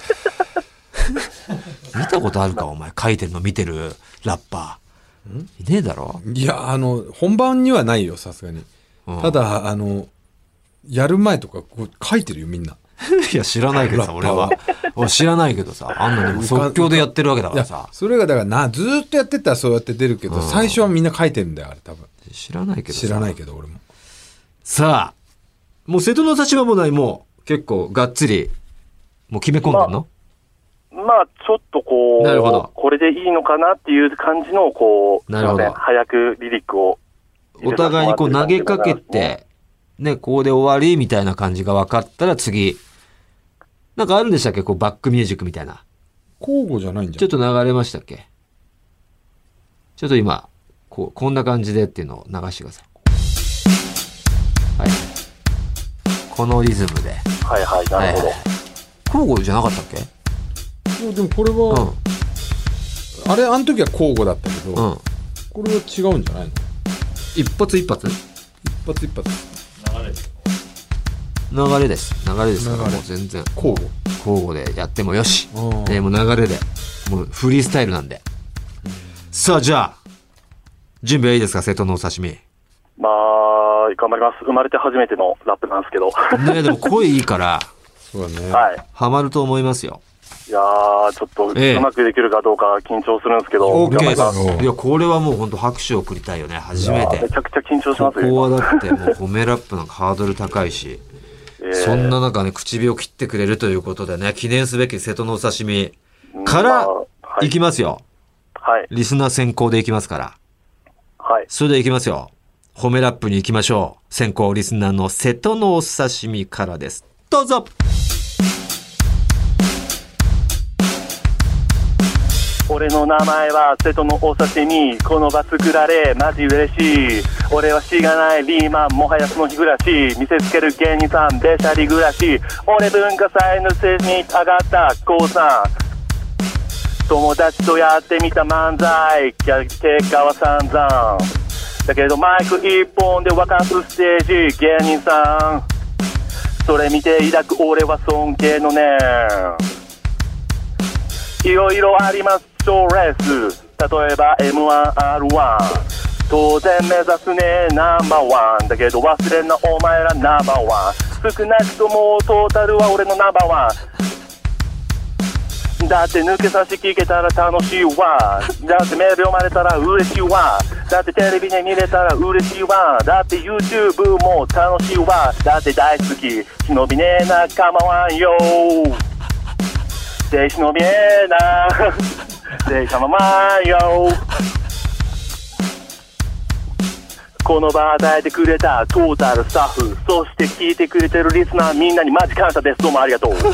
見たことあるかお前、書いてるの見てるラッパー。いねえだろ。 いや、本番にはないよ、さすがに。ただ、やる前とかこう書いてるよ、みんな。 いや、知らないけどさ、俺は。知らないけどさ、あんなでも即興でやってるわけだからさ。 それがだからずーっとやってったらそうやって出るけど、最初はみんな書いてるんだよ、あれ多分。 知らないけどさ。 知らないけど、俺も。 さあ、もう瀬戸の立場もない、もう結構がっつり、もう決め込んでんの？ ちょっとこう、 なるほど。 これでいいのかなっていう感じの、こう、 なるほど。 早くリリックを。 お互いにこう投げかけて、ね、ここで終わりみたいな感じが分かったら次、なんかあるんでしたっけ、こうバックミュージックみたいな。 交互じゃないんじゃん。 ちょっと流れましたっけ？ちょっと今、こんな感じでっていうのを流してください。はい。このリズムで。 はいはい、なるほど。 交互じゃなかったっけ？ でもこれは、あれ、あの時は交互だったけど、これは違うんじゃないの？ 一発一発？ 一発。 流れですからもう全然。交互でやってもよし。もう流れで。もうフリースタイルなんで。さあ、じゃあ、準備はいいですか、瀬戸のお刺身。 頑張ります。生まれて初めてのラップなんですけど。 ね、でも声いいから、 そうだね。 はい。 ハマると思いますよ。 いやー、ちょっとうまくできるかどうか緊張するんですけど。 OK です。いや、これはもう本当拍手を送りたいよね、初めて。 めちゃくちゃ緊張しますよ。 ここはだってもう褒めラップなんかハードル高いし、そんな中ね、口火を切ってくれるということでね、記念すべき瀬戸のお刺身からいきますよ。 はい。 リスナー先行でいきますから。 はい。 それでいきますよ。褒めラップに行きましょう。先行リスナーの瀬戸のお刺身からです。どうぞ。 俺の名前は瀬戸のお刺身、この場作られマジ嬉しい。俺はしがないリーマン、もはやその日暮らし、見せつける芸人さん、べしゃり暮らし。俺文化祭のせいに上がった高さん、友達とやってみた漫才、結果は散々だけどマイク一本で沸かすステージ、芸人さんそれ見て抱く俺は尊敬の念。いろいろあります賞レース、例えば M1、R1、当然目指すねナンバーワンだけど忘れんなお前らナンバーワン、少なくともトータルは俺のナンバーワンだって、抜け差し聞けたら楽しいわ、だってメール読まれたら嬉しいわ、だってテレビで見れたら嬉しいわ、だって YouTube も楽しいわ、だって大好き忍びねえな構わんよ、で忍びねえなで構わんよ。この場与えてくれたトータルスタッフ、そして聞いてくれてるリスナーみんなにマジ感謝です。どうもありがとう。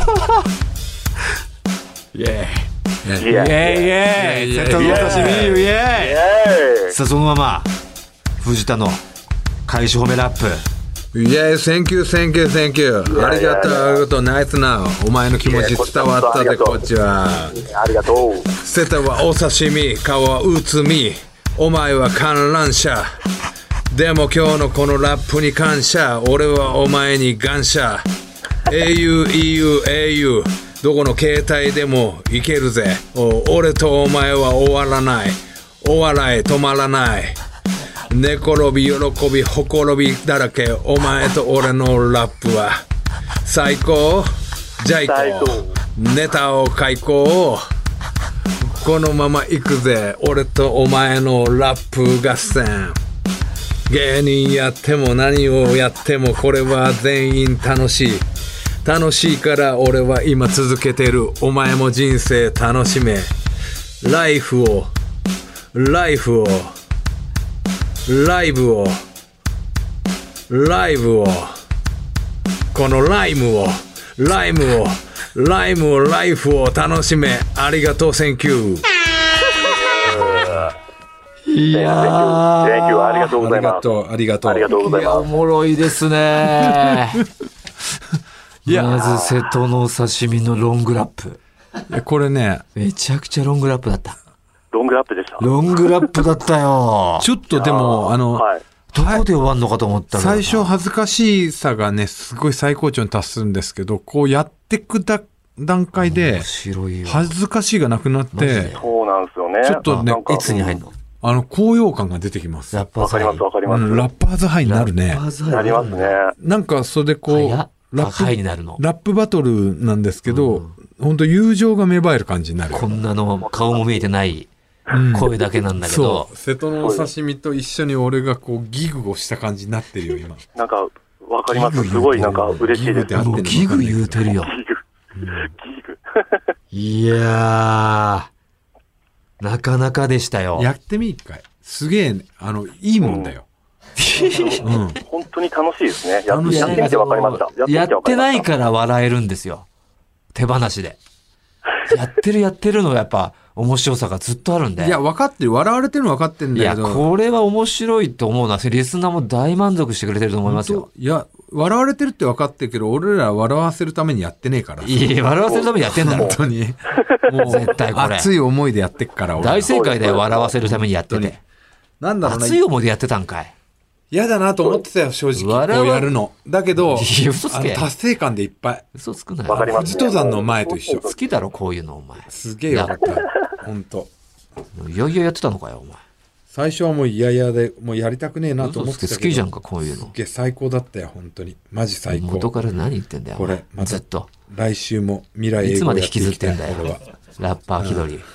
イエーイイエーイイエーイ、瀬戸のお刺身イエーイ。さあそのまま藤田の開始褒めラップ。 イエーイ、Thank you。ありがとう、ナイスな。お前の気持ち伝わったで、こっちは。 ありがとう。 瀬戸はお刺身、顔はうつみ、お前は観覧車。でも今日のこのラップに感謝、俺はお前に感謝。 au どこの携帯でもいけるぜ。俺とお前は終わらない。お笑い止まらない。寝転び喜びほころびだらけ。お前と俺のラップは最高。じゃあ行こう。ネタを開講。このまま行くぜ。俺とお前のラップ合戦。芸人やっても何をやってもこれは全員楽しい。楽しいから俺は今続けてる。お前も人生楽しめ。ライブをこのライムをライフを楽しめ。ありがとう、センキュー。 いやー、 Thank you ありがとうございます。 ありがとう。 ありがとうございいや、おます。 もろいですね。まず瀬戸のお刺身のロングラップ。 これね、 めちゃくちゃロングラップだった。 ロングラップでした。 ロングラップだったよ。 ちょっとでもはい。 どこで終わんのかと思ったけどな。 最初恥ずかしさがねすごい最高潮に達するんですけど、こうやってく段階で面白いよ。 恥ずかしいがなくなっマジでて、 そうなんですよね。 ちょっとねなんかいつに入るの？ 高揚感が出てきます。 ラッパーわかりますわかります。 ラッパーズハイになるね。 なりますね。 なんかそれでこう早っハイになるの。 ラップバトルなんですけど、本当友情が芽生える感じになる。 こんなの顔も見えてない声だけなんだけどそ。う、瀬戸のお刺身と一緒に俺がこうギグをした感じになってるよ今。 なんかわかります。すごいなんか嬉しいです。 ギグって合ってんのもうギグ言うてるよ。 ギグ。 いやー、なかなかでしたよ。 やってみ一回。すげえ、いいもんだよ。 本当に楽しいですね。や楽しいってみてわかりました。 やってないら。 から笑えるんですよ。手放しで。やってるのがやっぱ面白さがずっとあるんで。 いや、分かってる。笑われてるの分かってるんいや、 だけど。 これは面白いと思うな。リスナーも大満足してくれてると思いますよ。 いや、笑われてるって分かってるけど、俺ら笑わせるためにやってねえから。 いや、笑わせるためにやってんだろ本。当に。もう、 絶対これ熱い思いでやってっから、俺ら大正解だよ、笑わせるためにやって本当にて。 なんだろうな。 熱い思いでやってたんかい。 嫌だなと思ってたよ、正直。 笑わこうやるの。だけど、 いや嘘つけ達成感でいっぱい。 嘘つくなよ。 わかります富士登山の前と一緒。 好きだろ、こういうの、お前。 すげえよかった。ほんと。 いやいややってたのかよ、お前。 最初はもう嫌々で、もうやりたくねえなと思ってたけど。 好きじゃんか、こういうのす。げえ最高だったよ、本当に。マジ最高。 元から何言ってんだよ、 これお前またずっと。 来週も未来いつまで英語やってい引きずってんきたい、俺は。 だよ。ラッパー気取り。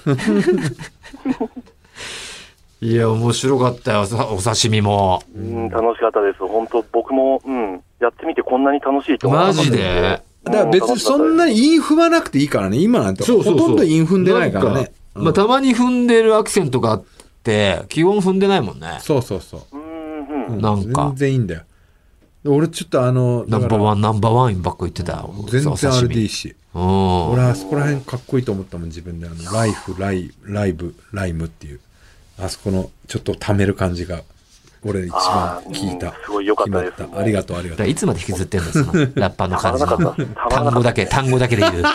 いや、面白かったよ、お刺身も。 楽しかったです。本当僕も、やってみてこんなに楽しいと思いまマしたジでだから別にそんなに韻踏まなくていいからね、今なんて。ほとんど韻踏んでないからね。 まあ、たまに踏んでるアクセントがあって、基本踏んでないもんね。 そうそうそう。 なんか全然いいんだよ。で俺ちょっとナンバーワン、ナンバーワンばっか言ってたよ。 全然あれでいいし。 し。 うん。 俺あそこら辺かっこいいと思ったもん、自分で。ライフ、ライブ、ライムっていう。あそこのちょっと貯める感じが、俺一番聞いた。 すごい良かったです決まった。ありがとう、ありがとう。 だからいつまで引きずってんですか、ラッパーの感じたまらなかったたまらなかった単語だけで言う。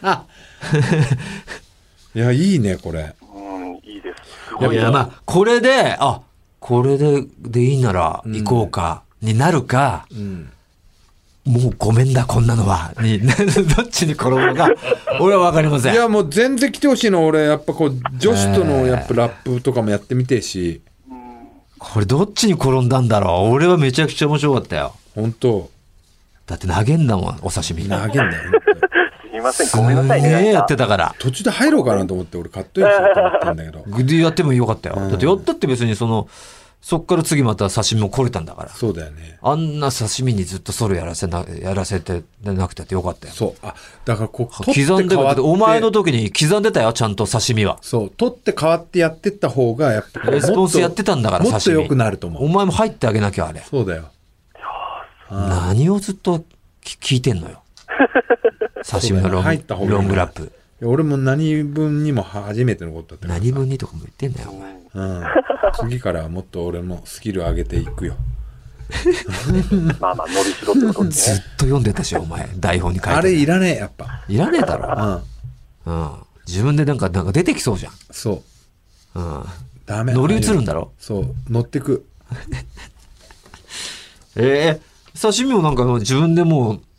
いや、いいね、これ。 いいです。すごいいや、まあ、これでいいなら行こうか、になるか、もうごめんだ、こんなのは、どっちに転ぶのか、俺はわかりません。 いや、もう全然来てほしいの。俺、やっぱこう、女子とのやっぱラップとかもやってみてえし、 これどっちに転んだんだろう。俺はめちゃくちゃ面白かったよ。 本当だって投げんだもん、お刺身。 投げんだよ。 すいません、 すごめんなさいね。 げえやってたから。 途中で入ろうかなと思って、俺カットインしようと思ったんだけど。 でやってもよかったよ。だってやったって別にそっから次また刺身も来れたんだから。 そうだよね。 あんな刺身にずっとソロやらせてなくてよかったよ。 そう。あ、だからこう、 刻んで変わってお前の時に刻んでたよ、ちゃんと刺身は。 そう、取って変わってやってった方が、やっぱレスポンスやってたんだから、刺身。 もっと良くなると思う。 お前も入ってあげなきゃ、あれ。 そうだよ。 何をずっと聞いてんのよ。刺身のロ入った方がいいングラップ。 いや俺も何分にも初めてのことだったから何分にとかも言ってんだよ、お前。 次からはもっと俺もスキル上げていくよ。 まあまあ、伸びしろってことですね。 ずっと読んでたし、お前。台本に書いてた。 あれいらねえ、やっぱ。 いらねえだろ。うん。自分でなんか出てきそうじゃん。 そう。 うん。 ダメ。 乗り移るんだろ。 そう。乗ってく。 刺身もなんか自分でもう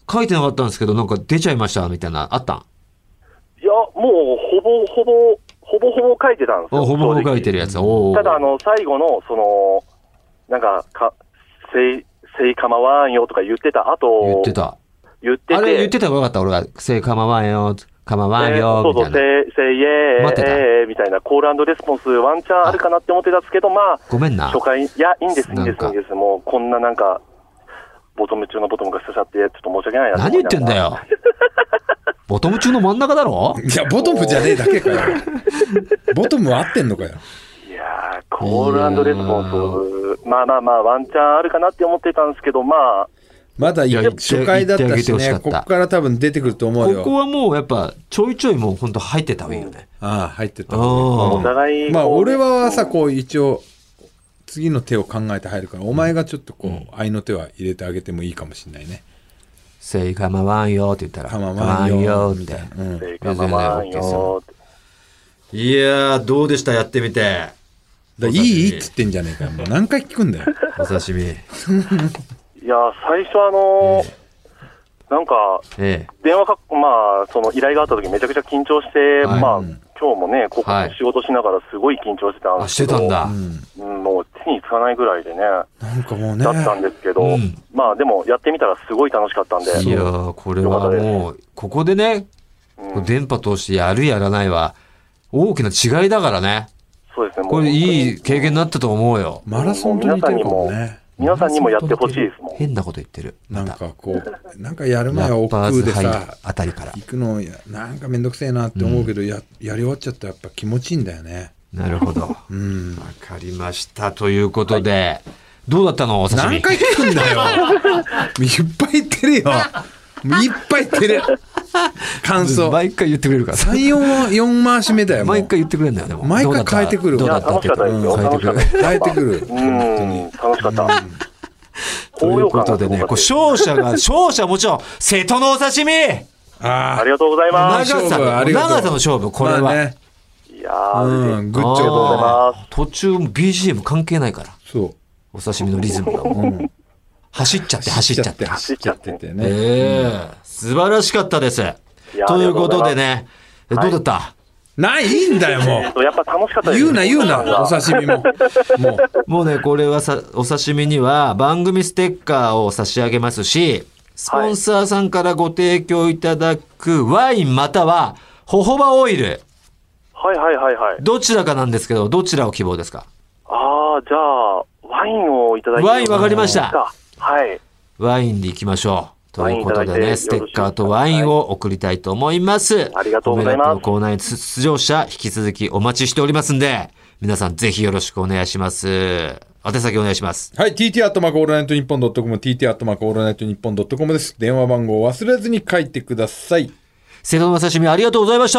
書いてなかったんですけど、なんか出ちゃいましたみたいな、あったん？ いや、もうほぼ書いてたんですよ。 ほぼほぼ書いてるやつ。 ただ最後のなんかせい構わんよとか言ってた後、 言ってた。 言ってて、 あれ言ってた方がよかった。俺がせい構わんよ構わんよみたいな。 せいえーみたいなコール&レスポンスワンチャンあるかなって思ってたんですけど、まあごめんな。 初回いやいいんですもうこんななんかボトム中のボトムがしちゃってちょっと申し訳ないな。 何言ってんだよ。ボトム中の真ん中だろ。 いやボトムじゃねえだけかよ。ボトムは合ってんのかよ。 いやコール&レスポンスまあワンチャンあるかなって思ってたんですけど、 まだ初回だったしね、ここから多分出てくると思うよ。 ここはもうやっぱちょいちょいもう本当入ってた方がいいよね。 入ってた。 お互いまあ俺はさこう一応次の手を考えて入るから、お前がちょっとこう愛の手は入れてあげてもいいかもしれないね。 せいかまわんよって言ったらかまわんよみたいな。 せいかまわんよ。 いやどうでしたやってみて。 いいっつってんじゃねえかよ。もう何回聞くんだよ。 お刺身。 いや最初なんか、電話か、その依頼があった時めちゃくちゃ緊張して、今日もね、ここ仕事しながらすごい緊張してたんですけど、 してたんだ。 もう手につかないぐらいでね、 なんかもうね、 だったんですけど、でもやってみたらすごい楽しかったんで。 いやこれはもう、ここでね、電波通してやるやらないは大きな違いだからね。 そうですね。 これいい経験になったと思うよ。 マラソンと似てるかもね。 皆さんにもやってほしいですもん。 変なこと言ってる。 なんかこう、なんかやる前は億劫でさ、 あたりから行くのなんかめんどくせえなって思うけど、やり終わっちゃったらやっぱ気持ちいいんだよね。 なるほど。わかりました。ということで、どうだったのお刺身。 何回聞くんだよ。いっぱい言ってるよ。いっぱい言ってる。感想。 毎回言ってくれるから。 3、4回し目だよ。 毎回言ってくれるんだよね。 毎回変えてくる。 どうだったって楽しかったですよ。 変えてくる。 楽しかった。 ということでね、勝者もちろん、瀬戸のお刺身。 ありがとうございます。 長さの勝負、これは。 いやー、 グッジョブございます。 途中 BGM 関係ないから。 そう。 お刺身のリズムが。走っちゃっててね。素晴らしかったです。ということでね、どうだった？ いいんだよ、もう。 やっぱ楽しかったです。 言うな、お刺身も。 もうね、これはお刺身には番組ステッカーを差し上げますし、スポンサーさんからご提供いただくワインまたはホホバオイル。どちらかなんですけど、どちらを希望ですか？ じゃあ、ワインをいただいて。 ワインわかりました。 はい。 ワインでいきましょう。ということでね、ステッカーとワインを送りたいと思います。 ありがとうございます。 のコーナーに出場者、引き続きお待ちしておりますんで、皆さんぜひよろしくお願いします。宛先お願いします。 はい、TT アットマークオールナイトニッポンドットコム、TT アットマークオールナイトニッポンドットコムです。電話番号を忘れずに書いてください。 瀬戸の刺身ありがとうございました。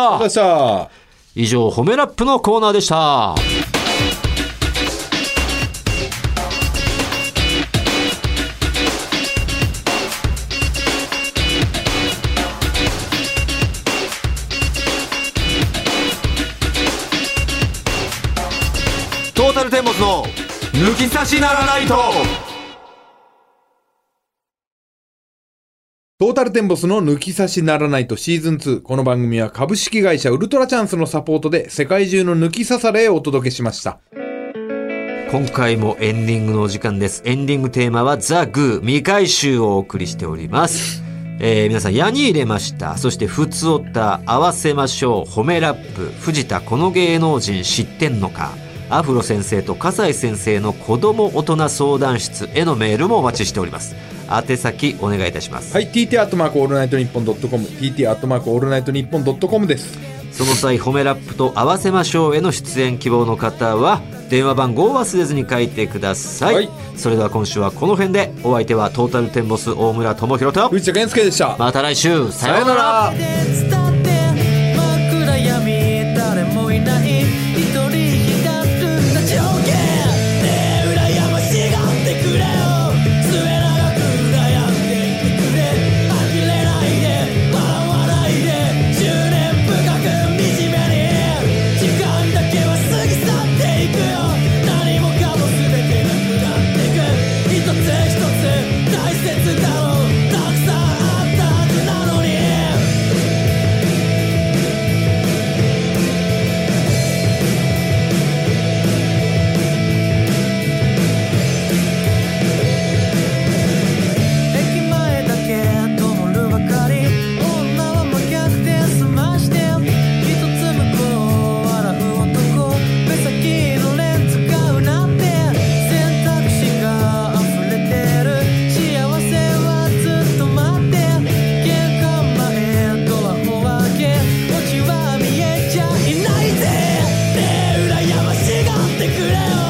以上、褒めラップのコーナーでした。トータルテンボスの抜き差しならないと。 トータルテンボスの抜き差しならないとシーズン2。この番組は株式会社ウルトラチャンスのサポートで世界中の抜き差されをお届けしました。 今回もエンディングのお時間です。エンディングテーマはザ・グー未回収をお送りしております。皆さん矢に入れました。そしてふつおた合わせましょう褒めラップ藤田この芸能人知ってんのか、アフロ先生と笠井先生の子ども大人相談室へのメールもお待ちしております。宛先お願いいたします。 はい、TT アットマークオールナイトニッポンドットコム、TT アットマークオールナイトニッポンドットコムです。 その際褒めラップと合わせましょうへの出演希望の方は電話番号を忘れずに書いてください、はい、それでは今週はこの辺で。お相手はトータルテンボス大村智広と藤田健介でした。 また来週、さようなら。 一つ一つ大切だろう。たくさんあったてくれよ